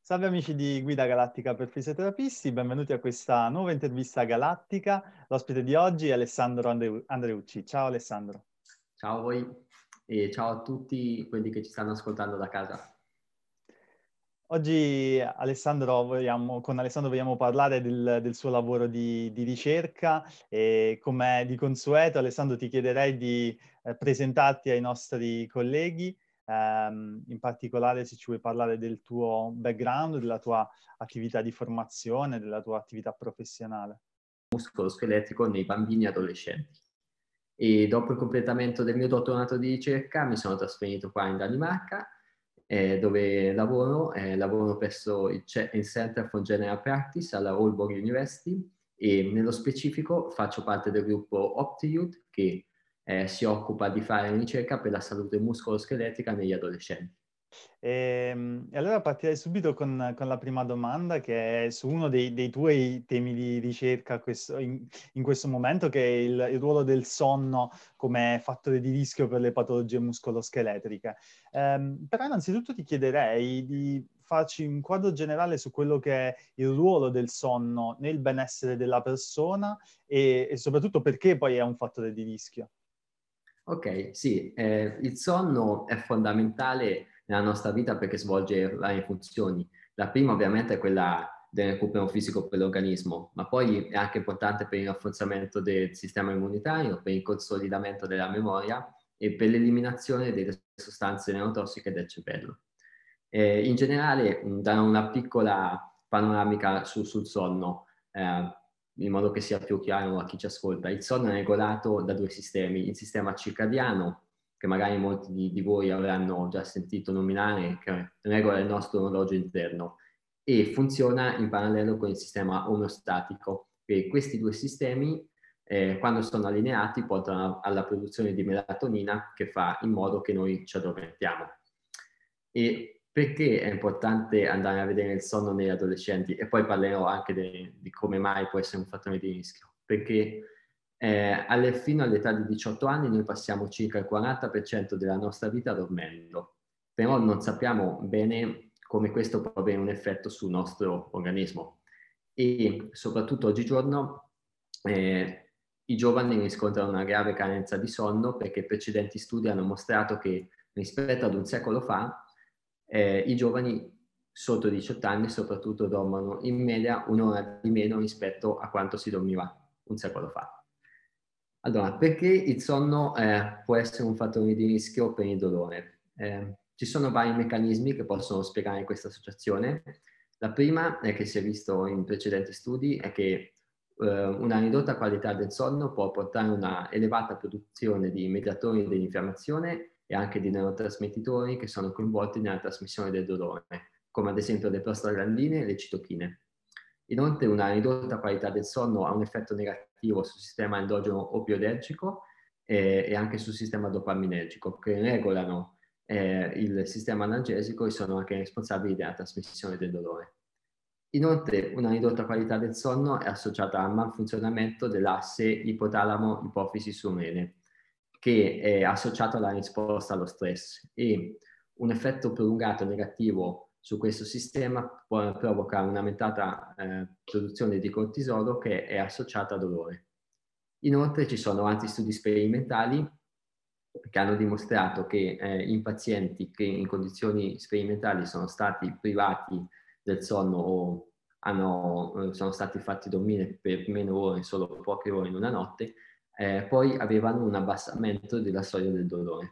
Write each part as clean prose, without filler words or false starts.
Salve amici di Guida Galattica per Fisioterapisti, benvenuti a questa nuova intervista galattica. L'ospite di oggi è Alessandro Andreucci. Ciao Alessandro. Ciao a voi e ciao a tutti quelli che ci stanno ascoltando da casa. Oggi con Alessandro vogliamo parlare del suo lavoro di ricerca e come di consueto Alessandro ti chiederei di presentarti ai nostri colleghi, in particolare se ci vuoi parlare del tuo background, della tua attività di formazione, della tua attività professionale. Muscolo scheletrico nei bambini e adolescenti. E dopo il completamento del mio dottorato di ricerca mi sono trasferito qua in Danimarca, dove lavoro presso il Center for General Practice alla Aalborg University e nello specifico faccio parte del gruppo OptiYouth che si occupa di fare ricerca per la salute muscoloscheletrica negli adolescenti. E allora partirei subito con la prima domanda, che è su uno dei tuoi temi di ricerca in questo momento, che è il ruolo del sonno come fattore di rischio per le patologie muscoloscheletriche. Però innanzitutto ti chiederei di farci un quadro generale su quello che è il ruolo del sonno nel benessere della persona e soprattutto perché poi è un fattore di rischio. Ok, sì, il sonno è fondamentale nella nostra vita perché svolge varie funzioni. La prima ovviamente è quella del recupero fisico per l'organismo, ma poi è anche importante per il rafforzamento del sistema immunitario, per il consolidamento della memoria e per l'eliminazione delle sostanze neurotossiche del cervello. In generale, da una piccola panoramica sul sonno, in modo che sia più chiaro a chi ci ascolta. Il sonno è regolato da due sistemi, il sistema circadiano, che magari molti di voi avranno già sentito nominare, che regola il nostro orologio interno, e funziona in parallelo con il sistema omeostatico. E questi due sistemi, quando sono allineati, portano alla produzione di melatonina che fa in modo che noi ci addormentiamo. E perché è importante andare a vedere il sonno negli adolescenti? E poi parlerò anche di come mai può essere un fattore di rischio. Perché fino all'età di 18 anni noi passiamo circa il 40% della nostra vita dormendo, però non sappiamo bene come questo può avere un effetto sul nostro organismo. E soprattutto oggigiorno i giovani riscontrano una grave carenza di sonno perché precedenti studi hanno mostrato che rispetto ad un secolo fa i giovani sotto i 18 anni soprattutto dormono in media un'ora di meno rispetto a quanto si dormiva un secolo fa. Allora, perché il sonno può essere un fattore di rischio per il dolore? Ci sono vari meccanismi che possono spiegare questa associazione. La prima, che si è visto in precedenti studi, è che una ridotta qualità del sonno può portare a una elevata produzione di mediatori dell'infiammazione e anche di neurotrasmettitori che sono coinvolti nella trasmissione del dolore, come ad esempio le prostaglandine e le citochine. Inoltre una ridotta qualità del sonno ha un effetto negativo sul sistema endogeno opioidergico e anche sul sistema dopaminergico, che regolano il sistema analgesico e sono anche responsabili della trasmissione del dolore. Inoltre una ridotta qualità del sonno è associata al malfunzionamento dell'asse ipotalamo-ipofisi-surrene, che è associato alla risposta allo stress, e un effetto prolungato negativo su questo sistema provoca un'aumentata produzione di cortisolo che è associata a dolore. Inoltre ci sono altri studi sperimentali che hanno dimostrato che in pazienti che in condizioni sperimentali sono stati privati del sonno o sono stati fatti dormire per meno ore, solo poche ore in una notte, poi avevano un abbassamento della soglia del dolore.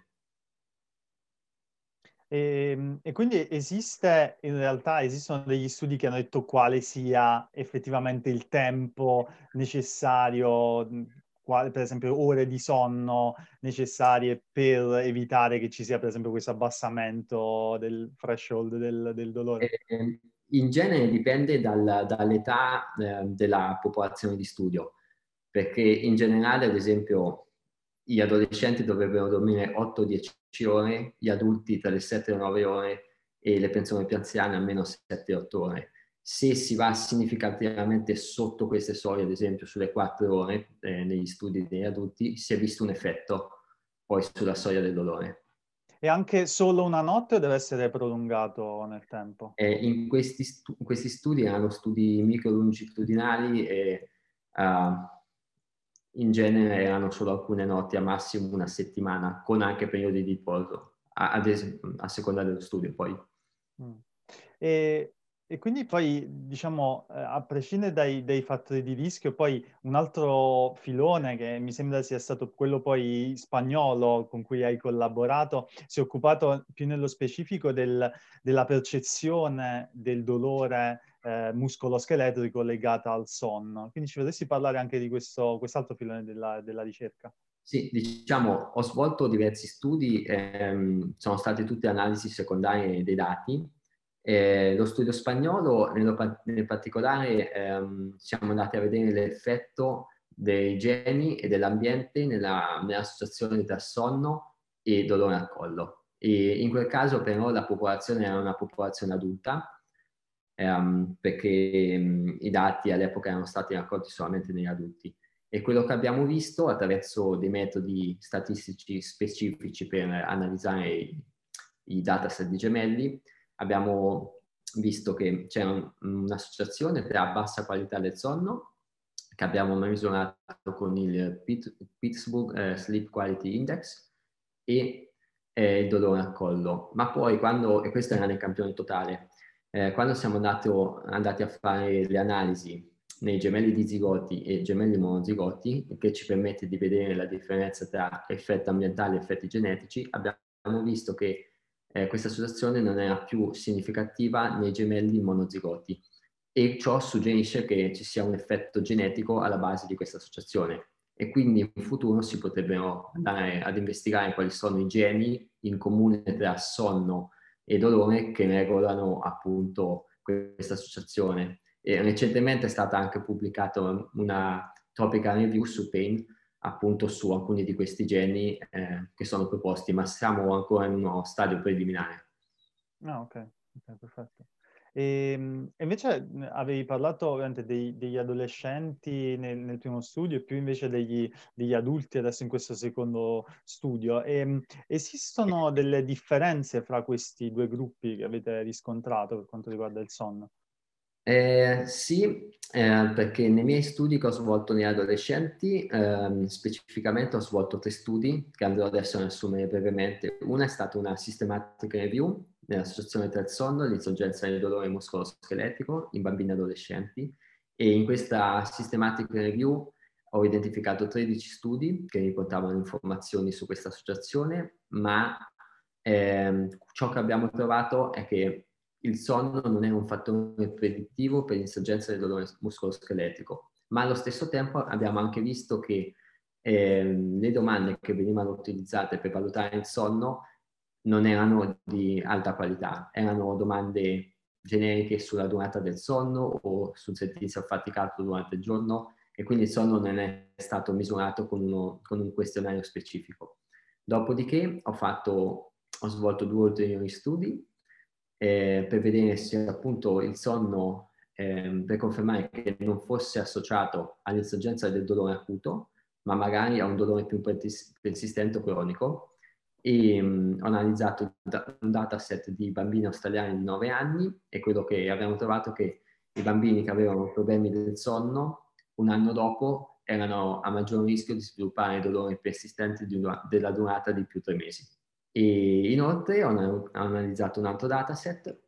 E quindi in realtà esistono degli studi che hanno detto quale sia effettivamente il tempo necessario, per esempio ore di sonno necessarie per evitare che ci sia per esempio questo abbassamento del threshold del dolore? In genere dipende dall'età della popolazione di studio, perché in generale, ad esempio, gli adolescenti dovrebbero dormire 8-10 ore, gli adulti tra le 7 e le 9 ore e le persone più anziane almeno 7-8 ore. Se si va significativamente sotto queste soglie, ad esempio sulle 4 ore negli studi degli adulti, si è visto un effetto poi sulla soglia del dolore. E anche solo una notte o deve essere prolungato nel tempo? In questi studi erano studi microlongitudinali e in genere erano solo alcune notti, a massimo una settimana, con anche periodi di riposo, a seconda dello studio poi. Mm. E quindi poi, diciamo, a prescindere dai fattori di rischio, poi un altro filone che mi sembra sia stato quello poi spagnolo con cui hai collaborato, si è occupato più nello specifico della percezione del dolore muscoloscheletrico legata al sonno. Quindi ci vorresti parlare anche di quest'altro filone della ricerca? Sì, diciamo, ho svolto diversi studi, sono state tutte analisi secondarie dei dati. Lo studio spagnolo, nel particolare, siamo andati a vedere l'effetto dei geni e dell'ambiente nell'associazione tra sonno e dolore al collo. E in quel caso però la popolazione era una popolazione adulta, perché i dati all'epoca erano stati raccolti solamente negli adulti. E quello che abbiamo visto attraverso dei metodi statistici specifici per analizzare i dataset di gemelli, abbiamo visto che c'è un'associazione tra bassa qualità del sonno, che abbiamo misurato con il Pittsburgh Sleep Quality Index, e il dolore al collo. Ma poi e questo era nel campione totale, quando siamo andati a fare le analisi nei gemelli dizigoti e gemelli monozigoti, che ci permette di vedere la differenza tra effetti ambientali e effetti genetici, abbiamo visto che questa associazione non era più significativa nei gemelli monozigoti, e ciò suggerisce che ci sia un effetto genetico alla base di questa associazione, e quindi in futuro si potrebbero andare ad investigare quali sono i geni in comune tra sonno e dolore che regolano appunto questa associazione. E recentemente è stata anche pubblicata una topical review su Pain, appunto su alcuni di questi geni che sono proposti, ma siamo ancora in uno stadio preliminare. Ah, ok, perfetto. E invece avevi parlato ovviamente degli adolescenti nel primo studio e più invece degli adulti adesso in questo secondo studio. Esistono delle differenze fra questi due gruppi che avete riscontrato per quanto riguarda il sonno? Sì, perché nei miei studi che ho svolto negli adolescenti, specificamente ho svolto 3 studi che andrò adesso a riassumere brevemente. Una è stata una systematic review nell'associazione tra il sonno e l'insorgenza del dolore muscoloscheletico in bambini e adolescenti, e in questa systematic review ho identificato 13 studi che riportavano informazioni su questa associazione, ma ciò che abbiamo trovato è che il sonno non è un fattore predittivo per l'insorgenza del dolore muscoloscheletrico, ma allo stesso tempo abbiamo anche visto che le domande che venivano utilizzate per valutare il sonno non erano di alta qualità, erano domande generiche sulla durata del sonno o sul sentirsi affaticato durante il giorno, e quindi il sonno non è stato misurato con un questionario specifico. Dopodiché ho svolto 2 ulteriori studi per vedere se appunto il sonno, per confermare che non fosse associato all'insorgenza del dolore acuto, ma magari a un dolore più persistente o cronico. E ho analizzato un dataset di bambini australiani di 9 anni, e quello che abbiamo trovato è che i bambini che avevano problemi del sonno un anno dopo erano a maggior rischio di sviluppare dolori persistenti della durata di più 3 mesi. E inoltre ho analizzato un altro dataset,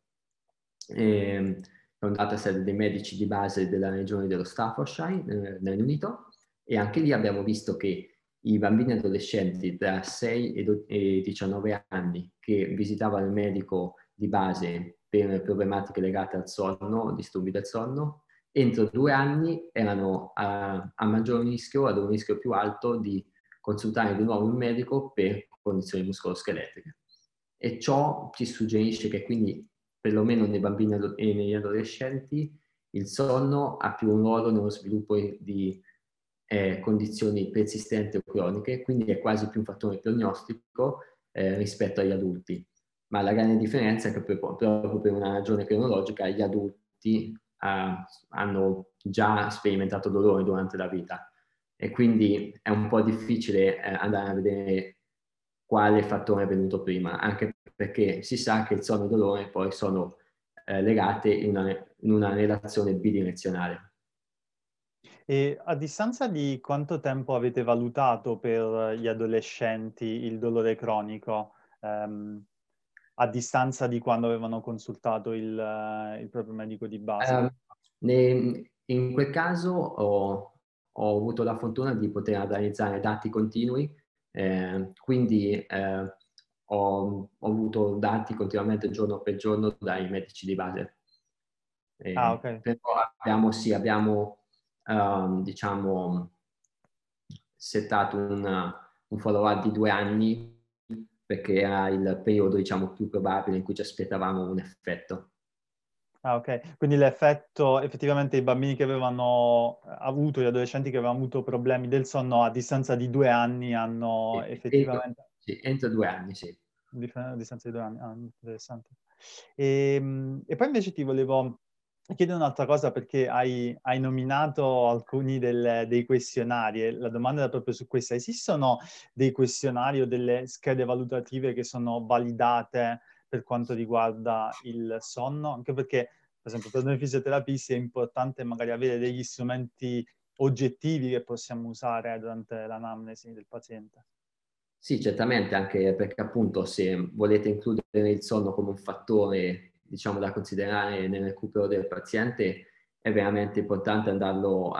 è un dataset dei medici di base della regione dello Staffordshire, nel Regno Unito, e anche lì abbiamo visto che i bambini adolescenti tra 6 e 19 anni che visitavano il medico di base per problematiche legate al sonno, disturbi del sonno, entro 2 anni erano a maggior rischio, ad un rischio più alto di consultare di nuovo un medico per condizioni muscoloscheletriche. E ciò ci suggerisce che quindi, perlomeno nei bambini e negli adolescenti, il sonno ha più un ruolo nello sviluppo di condizioni persistenti o croniche, quindi è quasi più un fattore prognostico rispetto agli adulti. Ma la grande differenza è che proprio per una ragione cronologica gli adulti hanno già sperimentato dolore durante la vita, e quindi è un po' difficile andare a vedere quale fattore è venuto prima, anche perché si sa che il sonno e il dolore poi sono legate in una relazione bidirezionale. E a distanza di quanto tempo avete valutato per gli adolescenti il dolore cronico, a distanza di quando avevano consultato il proprio medico di base? In quel caso ho avuto la fortuna di poter analizzare dati continui, quindi ho avuto dati continuamente giorno per giorno dai medici di base. Ah, ok. Però abbiamo diciamo, settato un follow-up di 2 anni perché era il periodo, diciamo, più probabile in cui ci aspettavamo un effetto. Ah, ok. Quindi l'effetto, effettivamente i bambini che avevano avuto, gli adolescenti che avevano avuto problemi del sonno a distanza di 2 anni hanno effettivamente... Sì, entro 2 anni, sì. A distanza di 2 anni. Ah, interessante. E poi invece ti volevo chiedere un'altra cosa perché hai nominato alcuni dei questionari e la domanda era proprio su questa. Esistono dei questionari o delle schede valutative che sono validate per quanto riguarda il sonno? Anche perché, per esempio, per noi fisioterapisti è importante magari avere degli strumenti oggettivi che possiamo usare durante l'anamnesi del paziente. Sì, certamente, anche perché appunto se volete includere il sonno come un fattore, diciamo, da considerare nel recupero del paziente, è veramente importante andarlo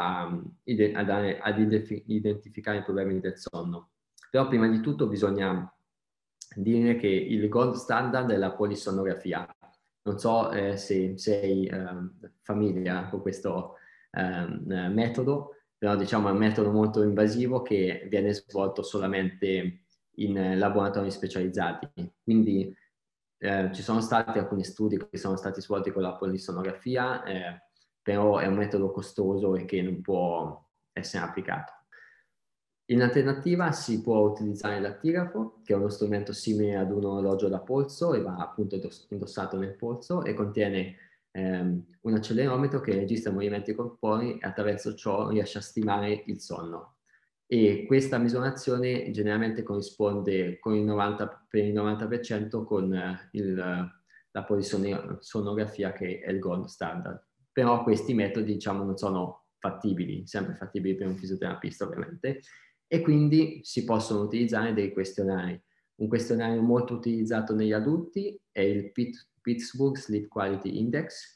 ad identificare i problemi del sonno. Però prima di tutto bisogna dire che il gold standard è la polisonografia. Non so se sei familiare con questo metodo, però diciamo è un metodo molto invasivo che viene svolto solamente in laboratori specializzati. Quindi ci sono stati alcuni studi che sono stati svolti con la polisonografia, però è un metodo costoso e che non può essere applicato. In alternativa si può utilizzare l'attigrafo, che è uno strumento simile ad un orologio da polso e va appunto indossato nel polso e contiene un accelerometro che registra i movimenti corporei e attraverso ciò riesce a stimare il sonno. E questa misurazione generalmente corrisponde con per il 90% con la polisonografia che è il gold standard. Però questi metodi, diciamo, non sono fattibili, sempre fattibili per un fisioterapista ovviamente, e quindi si possono utilizzare dei questionari. Un questionario molto utilizzato negli adulti è il Pittsburgh Sleep Quality Index,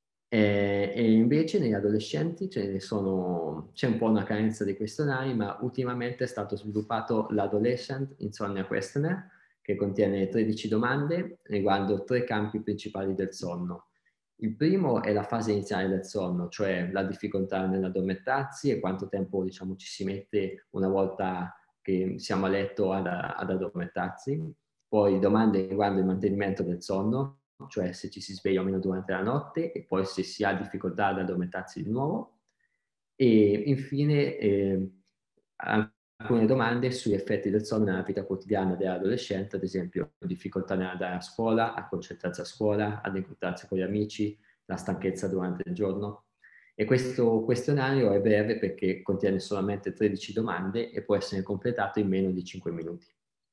e invece negli adolescenti c'è un po' una carenza di questionari, ma ultimamente è stato sviluppato l'Adolescent Insomnia Questionnaire, che contiene 13 domande riguardo 3 campi principali del sonno. Il primo è la fase iniziale del sonno, cioè la difficoltà nell'addormentarsi e quanto tempo, diciamo, ci si mette una volta che siamo a letto ad addormentarsi. Poi domande riguardo il mantenimento del sonno, cioè se ci si sveglia o meno durante la notte e poi se si ha difficoltà ad addormentarsi di nuovo. E infine alcune domande sugli effetti del sonno nella vita quotidiana dell'adolescente, ad esempio difficoltà nell'andare a scuola, a concentrarsi a scuola, ad incontrarsi con gli amici, la stanchezza durante il giorno. E questo questionario è breve perché contiene solamente 13 domande e può essere completato in meno di 5 minuti.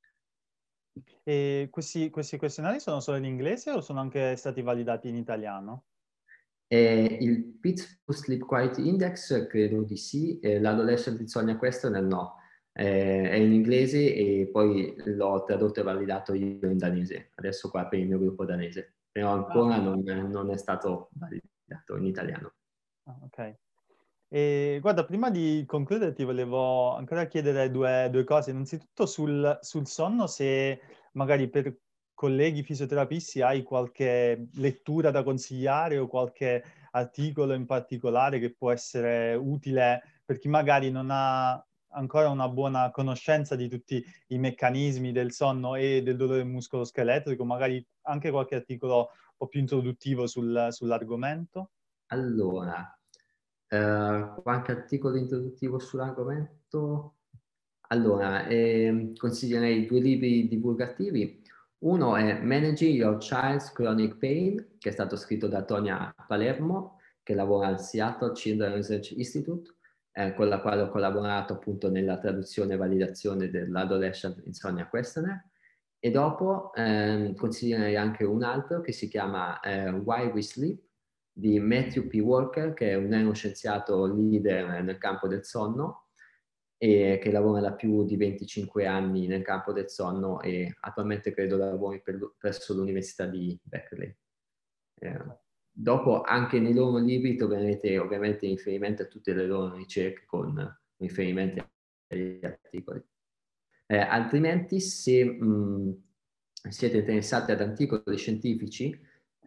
E questi questionari sono solo in inglese o sono anche stati validati in italiano? Il Pittsburgh Sleep Quality Index credo di sì, l'Adolescent Insomnia Questionnaire no, è in inglese e poi l'ho tradotto e validato io in danese, adesso qua per il mio gruppo danese, però Ah, ancora non è stato validato in italiano. ok. E guarda, prima di concludere ti volevo ancora chiedere due cose. Innanzitutto sul sonno, se magari per colleghi fisioterapisti hai qualche lettura da consigliare o qualche articolo in particolare che può essere utile per chi magari non ha ancora una buona conoscenza di tutti i meccanismi del sonno e del dolore muscoloscheletrico, magari anche qualche articolo un po' più introduttivo sull'argomento. Allora, qualche articolo introduttivo sull'argomento? Allora, consiglierei 2 libri divulgativi. Uno è Managing Your Child's Chronic Pain, che è stato scritto da Tonia Palermo, che lavora al Seattle Children's Research Institute, con la quale ho collaborato appunto nella traduzione e validazione dell'Adolescent Insomnia Questionnaire. E dopo consiglierei anche un altro che si chiama Why We Sleep di Matthew P. Walker, che è un neuroscienziato leader nel campo del sonno e che lavora da più di 25 anni nel campo del sonno e attualmente credo lavori presso l'Università di Berkeley. Dopo anche nei loro libri troverete ovviamente riferimenti a tutte le loro ricerche con riferimenti agli articoli. Altrimenti, se siete interessati ad articoli scientifici,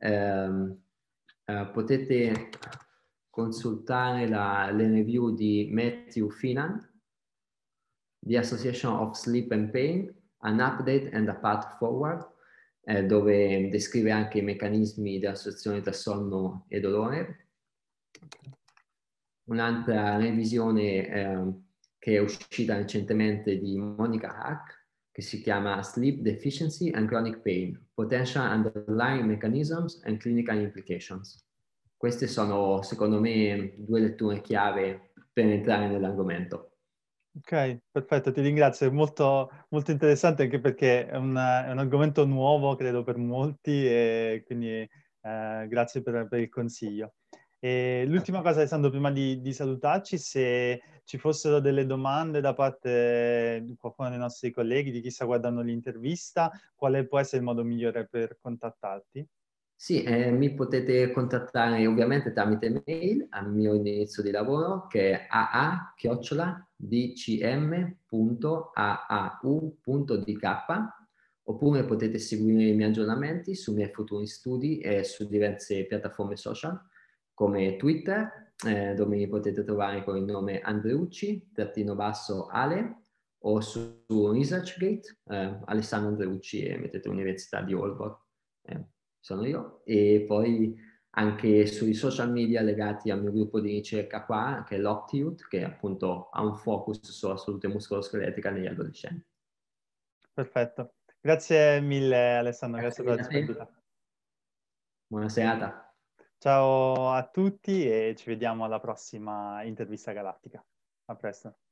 potete consultare le review di Matthew Finan, The Association of Sleep and Pain, An Update and a Path Forward, dove descrive anche i meccanismi dell'associazione tra sonno e dolore. Un'altra revisione che è uscita recentemente di Monica Hack, che si chiama Sleep Deficiency and Chronic Pain, Potential Underlying Mechanisms and Clinical Implications. Queste sono, secondo me, due letture chiave per entrare nell'argomento. Ok, perfetto, ti ringrazio, è molto, molto interessante anche perché è un argomento nuovo, credo, per molti e quindi grazie per il consiglio. E l'ultima cosa, Alessandro, prima di salutarci, se ci fossero delle domande da parte di qualcuno dei nostri colleghi, di chi sta guardando l'intervista, quale può essere il modo migliore per contattarti? Sì, mi potete contattare ovviamente tramite mail al mio indirizzo di lavoro che è aa@dcm.aau.dk, oppure potete seguire i miei aggiornamenti sui miei futuri studi e su diverse piattaforme social come Twitter, dove mi potete trovare con il nome Andreucci-Ale, o su ResearchGate, Alessandro Andreucci, e mettete Università di Aalborg. Sono io, e poi anche sui social media legati al mio gruppo di ricerca qua, che è l'Optiyut, che appunto ha un focus sulla salute muscoloscheletrica negli adolescenti. Perfetto. Grazie mille, Alessandro, grazie Grazie per la mille a te. disponibilità. Buona serata. Ciao a tutti e ci vediamo alla prossima intervista galattica. A presto.